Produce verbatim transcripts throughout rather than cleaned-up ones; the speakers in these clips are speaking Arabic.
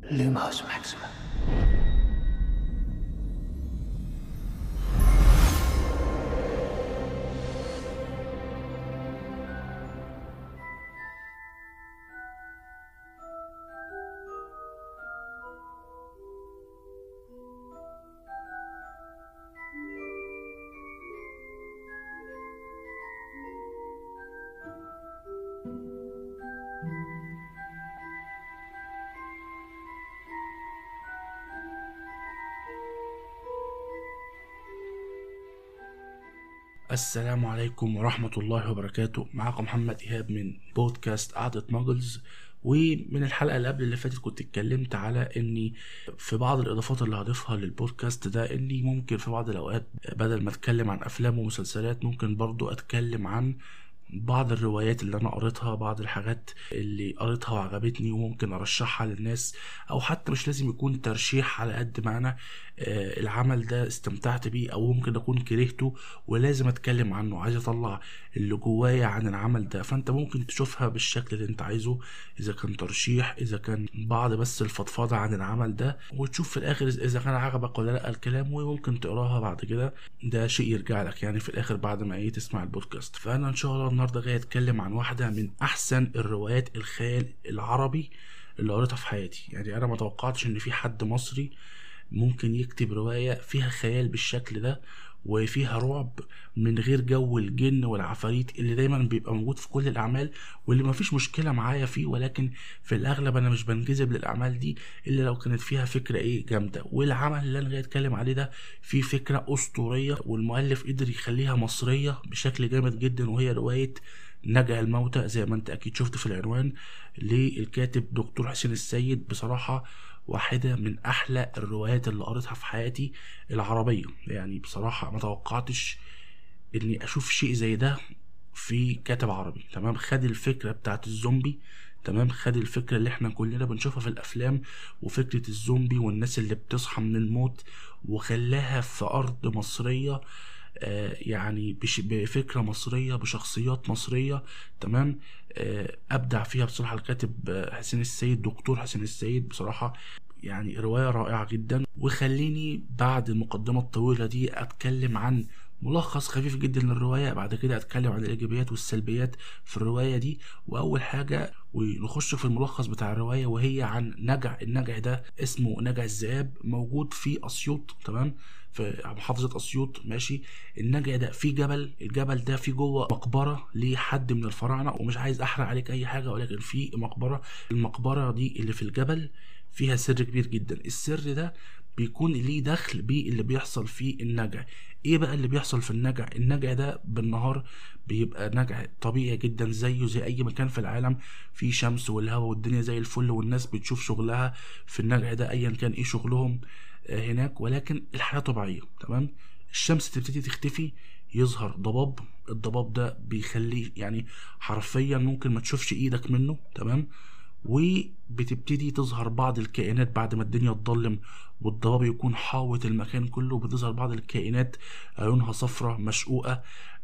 Lumos Maxima. السلام عليكم ورحمة الله وبركاته. معكم محمد إيهاب من بودكاست قعدة ماجلز. ومن الحلقة اللي قبل اللي فاتت كنت اتكلمت على اني في بعض الاضافات اللي هضيفها للبودكاست ده اني ممكن في بعض الاوقات بدل ما اتكلم عن افلام ومسلسلات ممكن برضو اتكلم عن بعض الروايات اللي انا قريتها، بعض الحاجات اللي قريتها وعجبتني وممكن ارشحها للناس، او حتى مش لازم يكون ترشيح على قد ما انا آه العمل ده استمتعت بيه او ممكن اكون كرهته ولازم اتكلم عنه، عايز اطلع اللي جوايا عن العمل ده. فانت ممكن تشوفها بالشكل اللي انت عايزه، اذا كان ترشيح، اذا كان بعض بس الفضفاضة عن العمل ده، وتشوف في الاخر اذا كان عجبك ولا لا الكلام، وممكن تقراها بعد كده. ده شيء يرجع لك يعني في الاخر بعد ما ايه تسمع البودكاست. فانا ان شاء الله النهارده جاي اتكلم عن واحده من احسن الروايات الخيال العربي اللي قريتها في حياتي. يعني انا ما توقعتش ان في حد مصري ممكن يكتب روايه فيها خيال بالشكل ده وفيها رعب من غير جو الجن والعفاريت اللي دايما بيبقى موجود في كل الاعمال، واللي ما فيش مشكله معايا فيه، ولكن في الاغلب انا مش بنجذب للاعمال دي الا لو كانت فيها فكره ايه جامده. والعمل اللي انا جاي اتكلم عليه ده فيه فكره اسطوريه، والمؤلف قدر يخليها مصريه بشكل جامد جدا، وهي روايه نجع الموتى زي ما انت اكيد شفت في العنوان للكاتب دكتور حسين السيد. بصراحه واحدة من أحلى الروايات اللي قريتها في حياتي العربية. يعني بصراحة ما توقعتش إني أشوف شيء زي ده في كاتب عربي. تمام، خد الفكرة بتاعت الزومبي، تمام، خد الفكرة اللي احنا كلنا بنشوفها في الأفلام وفكرة الزومبي والناس اللي بتصحى من الموت، وخلاها في أرض مصرية، آه يعني بش بفكرة مصرية بشخصيات مصرية. تمام، آه أبدع فيها بصراحة الكاتب آه حسين السيد، دكتور حسين السيد. بصراحة يعني رواية رائعة جدا. وخليني بعد المقدمة الطويلة دي أتكلم عن ملخص خفيف جدا للرواية، بعد كده أتكلم عن الإيجابيات والسلبيات في الرواية دي. وأول حاجة ونخش في الملخص بتاع الرواية وهي عن نجع. النجع ده اسمه نجع الذئاب، موجود في أسيوط، تمام، في محافظة أسيوط. ماشي، النجع ده في جبل، الجبل ده في جوه مقبرة لحد من الفراعنة، ومش عايز أحرق عليك أي حاجة، ولكن في مقبرة. المقبرة دي اللي في الجبل فيها سر كبير جدا. السر ده بيكون ليه دخل باللي بيحصل في النجع. ايه بقى اللي بيحصل في النجع؟ النجع ده بالنهار بيبقى نجع طبيعي جدا زيه زي اي مكان في العالم، في شمس والهواء والدنيا زي الفل، والناس بتشوف شغلها في النجع ده ايا كان ايه شغلهم هناك، ولكن الحياة طبيعية. تمام، الشمس تبتدي تختفي، يظهر ضباب. الضباب ده بيخليه يعني حرفيا ممكن ما تشوفش ايدك منه. تمام، وبتبتدي تظهر بعض الكائنات بعد ما الدنيا تضلم والضباب يكون حاوط المكان كله. بتظهر بعض الكائنات لونها صفرة مشقوقة،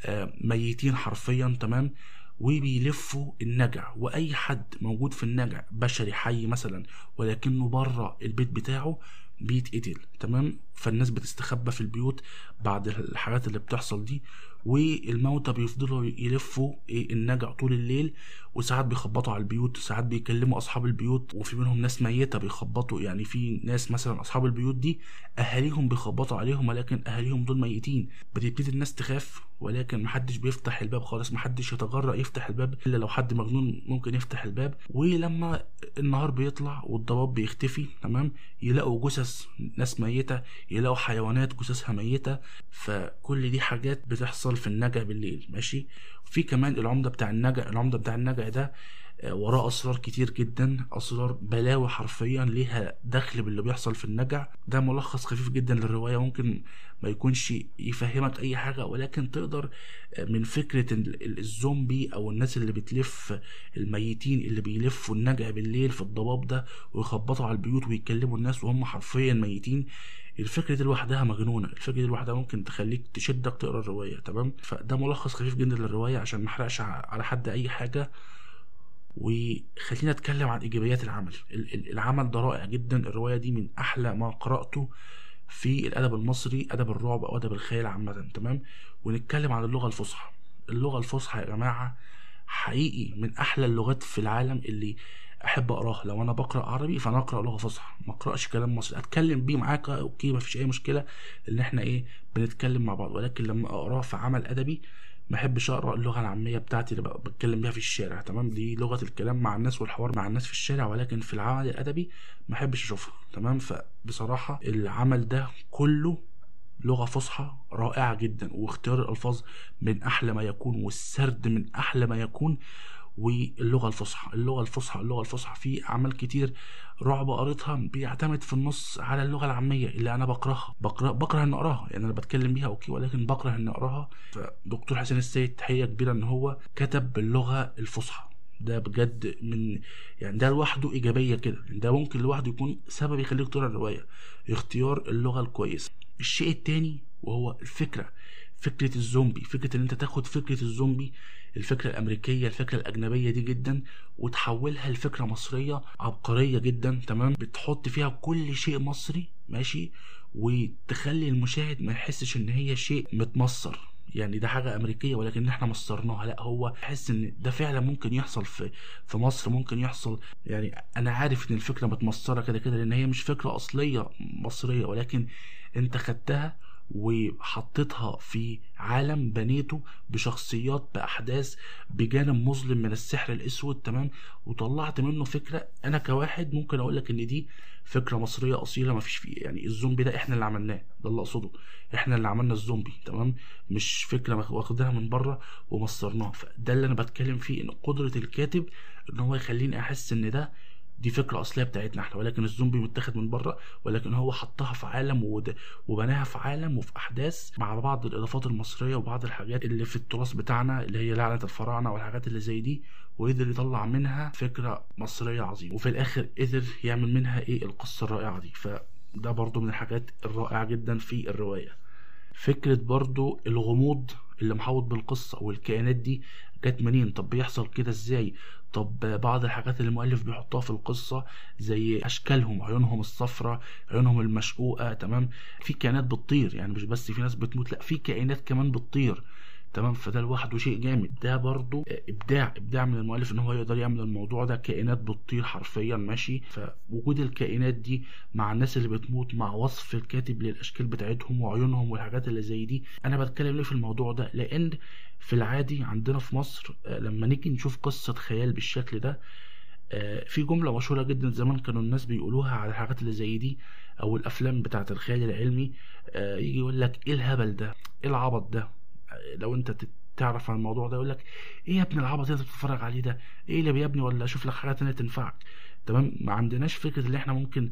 ميتين حرفيا. تمام، وبيلفوا النجع، واي حد موجود في النجع بشري حي مثلا ولكنه بره البيت بتاعه بيتقتل. تمام، فالناس بتستخبى في البيوت بعد الحاجات اللي بتحصل دي، والموتى بيفضلوا يلفوا النجع طول الليل، وساعات بيخبطوا على البيوت، ساعات بيكلموا اصحاب البيوت، وفي منهم ناس ميتة بيخبطوا. يعني في ناس مثلا اصحاب البيوت دي اهاليهم بيخبطوا عليهم ولكن اهاليهم دول ميتين. بتبتدي الناس تخاف، ولكن محدش بيفتح الباب خالص، محدش يتجرأ يفتح الباب الا لو حد مجنون ممكن يفتح الباب. ولما النهار بيطلع والضباب بيختفي، تمام، يلاقوا جثث ناس ميتة، يلاقوا حيوانات جثثها ميتة. فكل دي حاجات بتحصل في النجع بالليل. ماشي، في كمان العمدة بتاع النجع. العمدة بتاع النجع ده وراه أسرار كتير جدا، أسرار بلاوي حرفيا ليها دخل باللي بيحصل في النجع ده. ملخص خفيف جدا للرواية، ممكن ما يكونش يفهمك أي حاجة، ولكن تقدر من فكرة الزومبي أو الناس اللي بتلف، الميتين اللي بيلفوا النجع بالليل في الضباب ده ويخبطوا على البيوت ويكلموا الناس وهم حرفيا ميتين. الفكرة دي لوحدها مجنونة، الفكرة دي لوحدها ممكن تخليك تشدك تقرا الرواية. تمام، فده ملخص خفيف جدا للرواية عشان ما احرقش على حد أي حاجة. وخلينا اتكلم عن ايجابيات العمل. العمل ده رائع جدا، الروايه دي من احلى ما قراته في الادب المصري، ادب الرعب او ادب الخيال عامه. تمام. ونتكلم عن اللغه الفصحى. اللغه الفصحى يا جماعه حقيقي من احلى اللغات في العالم اللي احب اقراها. لو انا بقرا عربي فانا اقرا لغه فصحى، ما اقراش كلام مصري. اتكلم بيه معاك اوكي، ما فيش اي مشكله ان احنا ايه بنتكلم مع بعض، ولكن لما اقراه في عمل ادبي ما احبش اقرا اللغه العاميه بتاعتي اللي بتكلم بيها في الشارع. تمام. دي لغه الكلام مع الناس والحوار مع الناس في الشارع، ولكن في العمل الادبي ما احبش اشوفها. تمام. فبصراحه العمل ده كله لغه فصحى رائعه جدا، واختيار الالفاظ من احلى ما يكون، والسرد من احلى ما يكون. واللغه الفصحى اللغه الفصحى اللغه الفصحى في اعمال كتير رعب قريتها بيعتمد في النص على اللغه العاميه اللي انا بكرهها، بكره بكره ان اقراها. يعني انا بتكلم بيها اوكي، ولكن بكره ان اقراها. فدكتور حسين السيد تحيه كبيره ان هو كتب باللغه الفصحى. ده بجد من يعني ده لوحده ايجابيه كده، ده ممكن لوحده يكون سبب يخليك تقرا الروايه، اختيار اللغه الكويسه. الشيء التاني وهو الفكره، فكره الزومبي، فكره ان انت تاخد فكره الزومبي، الفكره الامريكيه الفكره الاجنبيه دي جدا، وتحولها لفكره مصريه عبقريه جدا. تمام. بتحط فيها كل شيء مصري ماشي، وتخلي المشاهد ما يحسش ان هي شيء متمصر، يعني ده حاجه امريكيه ولكن احنا مصرناها. لا، هو حس ان ده فعلا ممكن يحصل في في مصر، ممكن يحصل. يعني انا عارف ان الفكره متمصره كده كده لان هي مش فكره اصليه مصريه، ولكن انت خدتها وحطيتها في عالم بنيته بشخصيات باحداث بجانب مظلم من السحر الاسود. تمام. وطلعت منه فكره انا كواحد ممكن اقول لك ان دي فكره مصريه اصيله، ما فيش فيه يعني الزومبي ده احنا اللي عملناه، ده اللي اقصده، احنا اللي عملنا الزومبي. تمام. مش فكره واخدها من بره ومصرناها. فده اللي انا بتكلم فيه، ان قدره الكاتب ان هو يخليني احس ان ده دي فكرة أصلية بتاعتنا احنا، ولكن الزومبي متاخد من بره، ولكن هو حطها في عالم ود... وبناها في عالم وفي أحداث مع بعض الإضافات المصرية وبعض الحاجات اللي في التراث بتاعنا اللي هي لعنة الفراعنة والحاجات اللي زي دي، وقدر يطلع منها فكرة مصرية عظيمة، وفي الآخر قدر يعمل منها إيه القصة الرائعة دي. فده برضو من الحاجات الرائعة جدا في الرواية. فكرة برضو الغموض اللي محوط بالقصة والكائنات دي جت منين، طب بيحصل كده ازاي، طب بعض الحاجات اللي المؤلف بيحطها في القصة زي اشكالهم، عيونهم الصفراء، عيونهم المشقوقة. تمام. في كائنات بتطير، يعني مش بس في ناس بتموت، لا في كائنات كمان بتطير. تمام. فده لوحده شيء جامد، ده برضو ابداع ابداع من المؤلف ان هو يقدر يعمل الموضوع ده. كائنات بتطير حرفيا ماشي، فوجود الكائنات دي مع الناس اللي بتموت مع وصف الكاتب للاشكال بتاعتهم وعيونهم والحاجات اللي زي دي. انا بتكلم ليه في الموضوع ده؟ لان في العادي عندنا في مصر لما نيجي نشوف قصة خيال بالشكل ده، في جملة مشهورة جدا زمان كانوا الناس بيقولوها على الحاجات اللي زي دي او الافلام بتاعت الخيال العلمي، يجي يقول لك ايه الهبل ده، ايه العبط ده. لو انت تعرف عن الموضوع ده يقول لك ايه يا ابن العبط اللي انت بتتفرج عليه ده، ايه اللي يا ابني، ولا اشوف لك حاجه تانية تنفعك. تمام. ما عندناش فكره ان احنا ممكن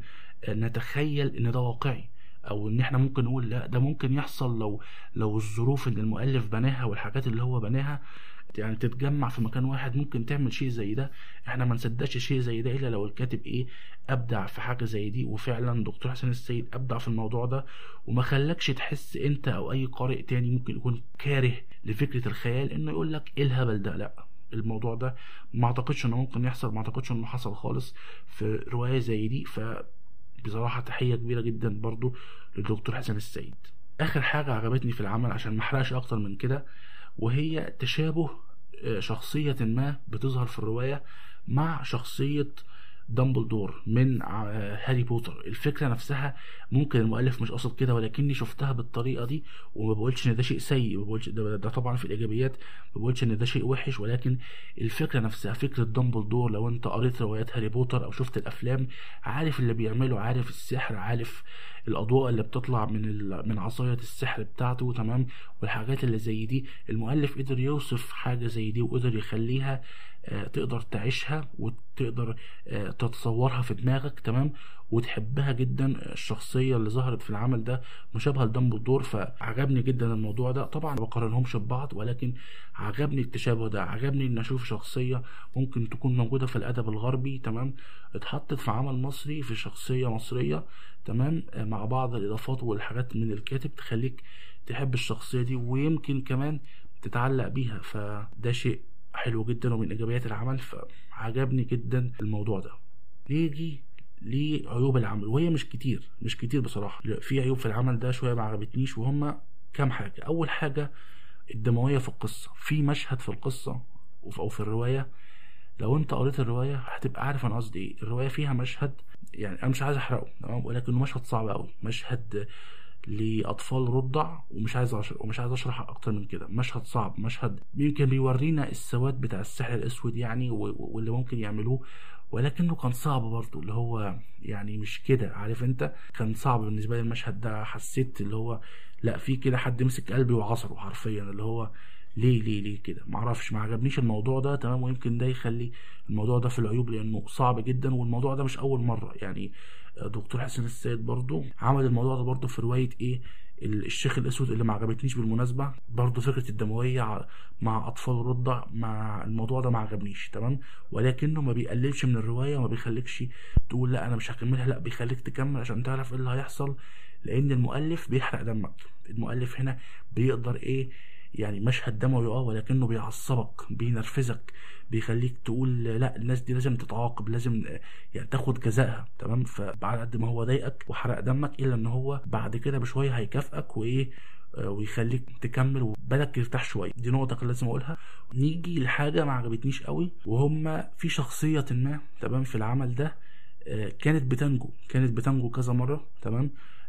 نتخيل ان ده واقعي، او ان احنا ممكن نقول لا ده ممكن يحصل لو لو الظروف اللي المؤلف بناها والحاجات اللي هو بناها يعني تتجمع في مكان واحد ممكن تعمل شيء زي ده. احنا ما نصدقش شيء زي ده الا لو الكاتب ايه ابدع في حاجه زي دي. وفعلا دكتور حسين السيد ابدع في الموضوع ده، وما خلكش تحس انت او اي قارئ تاني ممكن يكون كاره لفكره الخيال انه يقول لك ايه الهبل ده. لا، الموضوع ده ما اعتقدش انه ممكن يحصل، ما اعتقدش انه حصل خالص في روايه زي دي. فبصراحه تحيه كبيره جدا برضو للدكتور حسين السيد. اخر حاجه عجبتني في العمل عشان ما احرقش اكتر من كده، وهي تشابه شخصية ما بتظهر في الرواية مع شخصية دامبلدور من هاري بوتر. الفكرة نفسها ممكن المؤلف مش قصد كده، ولكني شفتها بالطريقة دي، وما بقولش ان ده شيء سيء، ما بقولش ده, ده طبعا في الايجابيات، ما بقولش ان ده شيء وحش، ولكن الفكرة نفسها فكرة دامبلدور. لو انت قريت روايات هاري بوتر او شفت الافلام عارف اللي بيعمله، عارف السحر، عارف الاضواء اللي بتطلع من من عصاية السحر بتاعته. تمام. والحاجات اللي زي دي المؤلف قدر يوصف حاجة زي دي وقدر يخليها تقدر تعيشها وتقدر تتصورها في دماغك. تمام. وتحبها جدا. الشخصية اللي ظهرت في العمل ده مشابهة لدامبلدور، فعجبني جدا الموضوع ده. طبعا ما بقارنهمش ببعض، ولكن عجبني التشابه ده، عجبني ان اشوف شخصية ممكن تكون موجودة في الادب الغربي تمام اتحطت في عمل مصري في شخصية مصرية تمام مع بعض الاضافات والحاجات من الكاتب تخليك تحب الشخصية دي ويمكن كمان تتعلق بيها. فده شيء حلو جدا ومن ايجابيات العمل. ف عجبني جدا الموضوع ده. نيجي لعيوب العمل، وهي مش كتير مش كتير بصراحة. في عيوب في العمل ده شوية ما عجبتنيش، وهم كام حاجة. أول حاجة الدموية في القصة. في مشهد في القصة أو في الرواية، لو أنت قريت الرواية هتبقى عارف أنا قصدي إيه. الرواية فيها مشهد، يعني أنا مش عايز أحرقه تمام، ولكنه مشهد صعب أوي، مشهد لأطفال رضع، ومش عايز أشرح ومش عايز أشرح أكتر من كده. مشهد صعب، مشهد يمكن بيورينا السواد بتاع السحر الأسود يعني واللي ممكن يعملوه، ولكنه كان صعب برضه، اللي هو يعني مش كده، عارف انت، كان صعب بالنسبه لي المشهد ده. حسيت اللي هو لا، في كده حد مسك قلبي وعصره حرفيا، اللي هو ليه ليه ليه كده، معرفش، ما عجبنيش الموضوع ده تمام. ويمكن ده يخلي الموضوع ده في العيوب، لانه صعب جدا، والموضوع ده مش اول مره يعني. دكتور حسين السيد برضه عمل الموضوع ده برضه في روايه ايه الشيخ الاسود، اللي ما عجبتنيش بالمناسبه. برضه فكره الدمويه مع اطفال رضع، مع الموضوع ده ما عجبنيش تمام. ولكنه ما بيقللش من الروايه وما بيخليكش تقول لا انا مش هكملها، لا بيخليك تكمل عشان تعرف ايه اللي هيحصل، لان المؤلف بيحرق دمك. المؤلف هنا بيقدر ايه يعني، مشهد دموي اه، ولكنه بيعصبك، بينرفزك، بيخليك تقول لا الناس دي لازم تتعاقب، لازم يعني تاخد جزائها تمام. فبعد قد ما هو ضايقك وحرق دمك، الا ان هو بعد كده بشويه هيكافئك وايه ويخليك تكمل وبالك يرتاح شويه. دي نقطه كان لازم اقولها. نيجي لحاجه ما عجبتنيش قوي، وهم في شخصيه ما تمام في العمل ده كانت بتنجو كانت بتنجو كذا مره تمام.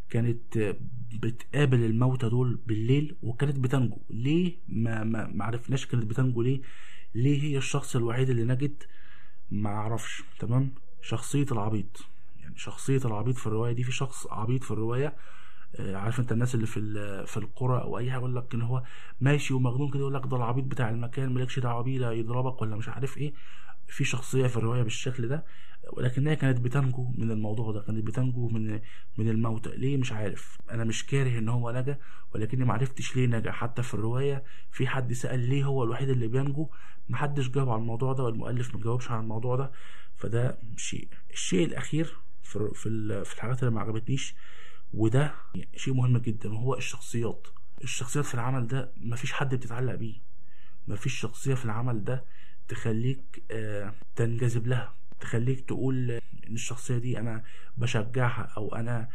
كانت بتقابل الموتى دول بالليل وكانت بتنجو. ليه ما ما ما عرفناش كانت بتنجو ليه ليه هي الشخص الوحيد اللي نجت؟ ما اعرفش تمام. شخصيه العبيط، يعني شخصيه العبيط في الروايه دي، في شخص عبيط في الروايه. عارف انت الناس اللي في في القرى او اي حاجه، يقول لك ان هو ماشي ومجنون كده، يقول لك ده العبيط بتاع المكان، مالكش دعوه بيه، لا يضربك ولا مش عارف ايه. في شخصيه في الروايه بالشكل ده، ولكنها كانت بتنجو من الموضوع ده، كانت بتنجو من من الموتى. ليه مش عارف. انا مش كاره ان هو نجا، ولكني معرفتش ليه نجا. حتى في الروايه في حد سأل ليه هو الوحيد اللي بينجو، محدش جاوب على الموضوع ده، والمؤلف مجاوبش على الموضوع ده. فده شيء. الشيء الاخير في في في الحاجات اللي ما عجبتنيش، وده شيء مهم جدا، وهو الشخصيات. الشخصيات في العمل ده مفيش حد بتتعلق بيه، مفيش شخصية في العمل ده تخليك آه تنجذب لها، تخليك تقول ان الشخصية دي انا بشجعها، او انا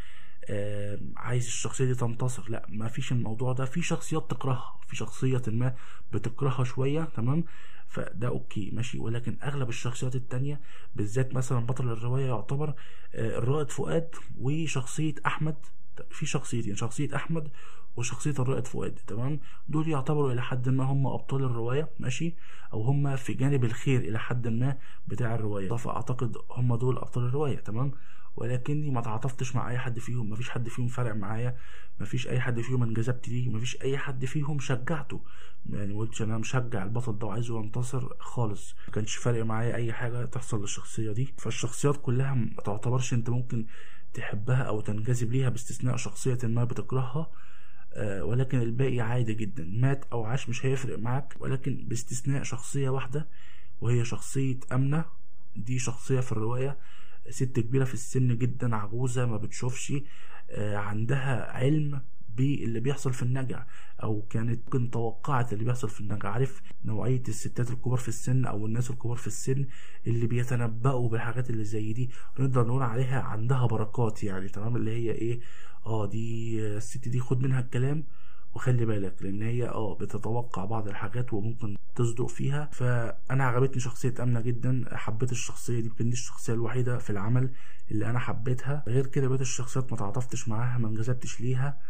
آه عايز الشخصية دي تنتصر. لا، مفيش الموضوع ده. في شخصيات تكرهها، في شخصية ما بتكرهها شوية تمام، فده اوكي ماشي. ولكن اغلب الشخصيات التانية، بالذات مثلا بطل الرواية يعتبر آه الرائد فؤاد وشخصية احمد. في شخصيتين، شخصية احمد وشخصية الرائد فؤاد تمام. دول يعتبروا الى حد ما هم ابطال الرواية ماشي، او هم في جانب الخير الى حد ما بتاع الرواية، فاعتقد هم دول ابطال الرواية تمام. ولكني ما تعاطفتش مع اي حد فيهم، مفيش حد فيهم فرق معايا، مفيش اي حد فيهم انجذبت ليه، مفيش اي حد فيهم شجعته. يعني ما قلتش انا مشجع البطل ده وعايزه ينتصر خالص، ما كانش فارق معايا اي حاجه تحصل للشخصيه دي. فالشخصيات كلها ما تعتبرش انت ممكن تحبها او تنجذب ليها، باستثناء شخصيه ما بتكرهها، آه ولكن الباقي عادي جدا، مات او عاش مش هيفرق معاك. ولكن باستثناء شخصيه واحده، وهي شخصيه امنه. دي شخصيه في الروايه ست كبيرة في السن جدا، عجوزة ما بتشوفش، آه عندها علم باللي بيحصل في النجع، او كانت ممكن توقعت اللي بيحصل في النجع. عارف نوعية الستات الكبار في السن او الناس الكبار في السن اللي بيتنبأوا بالحاجات اللي زي دي، نقدر نقول عليها عندها بركات يعني تمام. اللي هي ايه، اه دي الست دي خد منها الكلام وخلي بالك، لان هي اه بتتوقع بعض الحاجات وممكن تصدق فيها. فانا عجبتني شخصيه امنه جدا، حبيت الشخصيه دي، يمكن دي الشخصيه الوحيده في العمل اللي انا حبيتها. غير كده بقيت الشخصيات ما تعاطفتش معاها، ما انجذبتش ليها،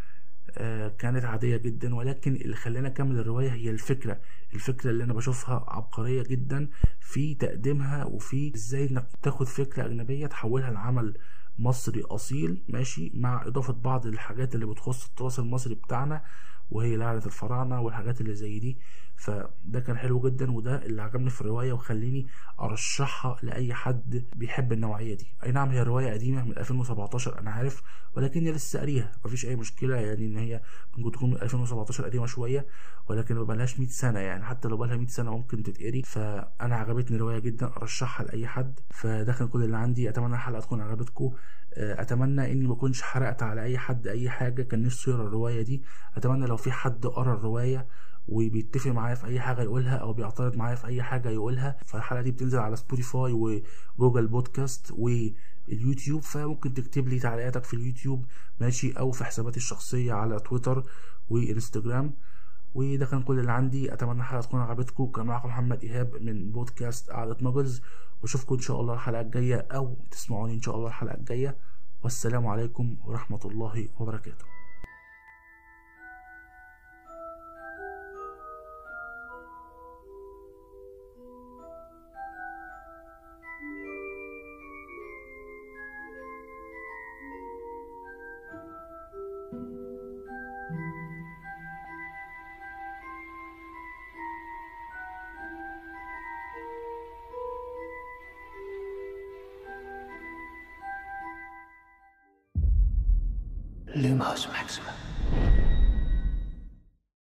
آه كانت عاديه جدا. ولكن اللي خلاني اكمل الروايه هي الفكره الفكره اللي انا بشوفها عبقريه جدا في تقديمها، وفي ازاي انك تاخد فكره اجنبيه تحولها لعمل مصري اصيل ماشي، مع اضافه بعض الحاجات اللي بتخص التراث المصري بتاعنا، وهي لعنة الفراعنة والحاجات اللي زي دي. فده كان حلو جدا، وده اللي عجبني في الرواية وخليني ارشحها لاي حد بيحب النوعية دي. اي نعم هي رواية قديمة من ألفين وسبعتاشر انا عارف، ولكني لسه قاريها، مفيش اي مشكلة يعني ان هي ممكن تكون من ألفين وسبعتاشر قديمة شوية، ولكن ما بقالهاش مية سنة يعني. حتى لو بقالها مية سنة ممكن تتقري. فانا عجبتني الرواية جدا، ارشحها لاي حد. فده كان كل اللي عندي، اتمنى الحلقة تكون عجبتكم، اتمنى اني ما كنتش حرقت على اي حد اي حاجة كان نفسه يقرا الرواية دي. اتمنى لو في حد قرا الرواية وبيتفق معايا في اي حاجه يقولها او بيعترض معايا في اي حاجه يقولها. فالحلقه دي بتنزل على سبوتيفاي وجوجل بودكاست واليوتيوب، فممكن تكتب لي تعليقاتك في اليوتيوب ماشي، او في حساباتي الشخصيه على تويتر وانستجرام. وده كان كل اللي عندي. اتمنى الحلقه تكون عجبتكم. كان معاكم محمد ايهاب من بودكاست قعدة ماجلز، واشوفكم ان شاء الله الحلقه الجايه، او تسمعوني ان شاء الله الحلقه الجايه. والسلام عليكم ورحمه الله وبركاته. Lumos Maxima.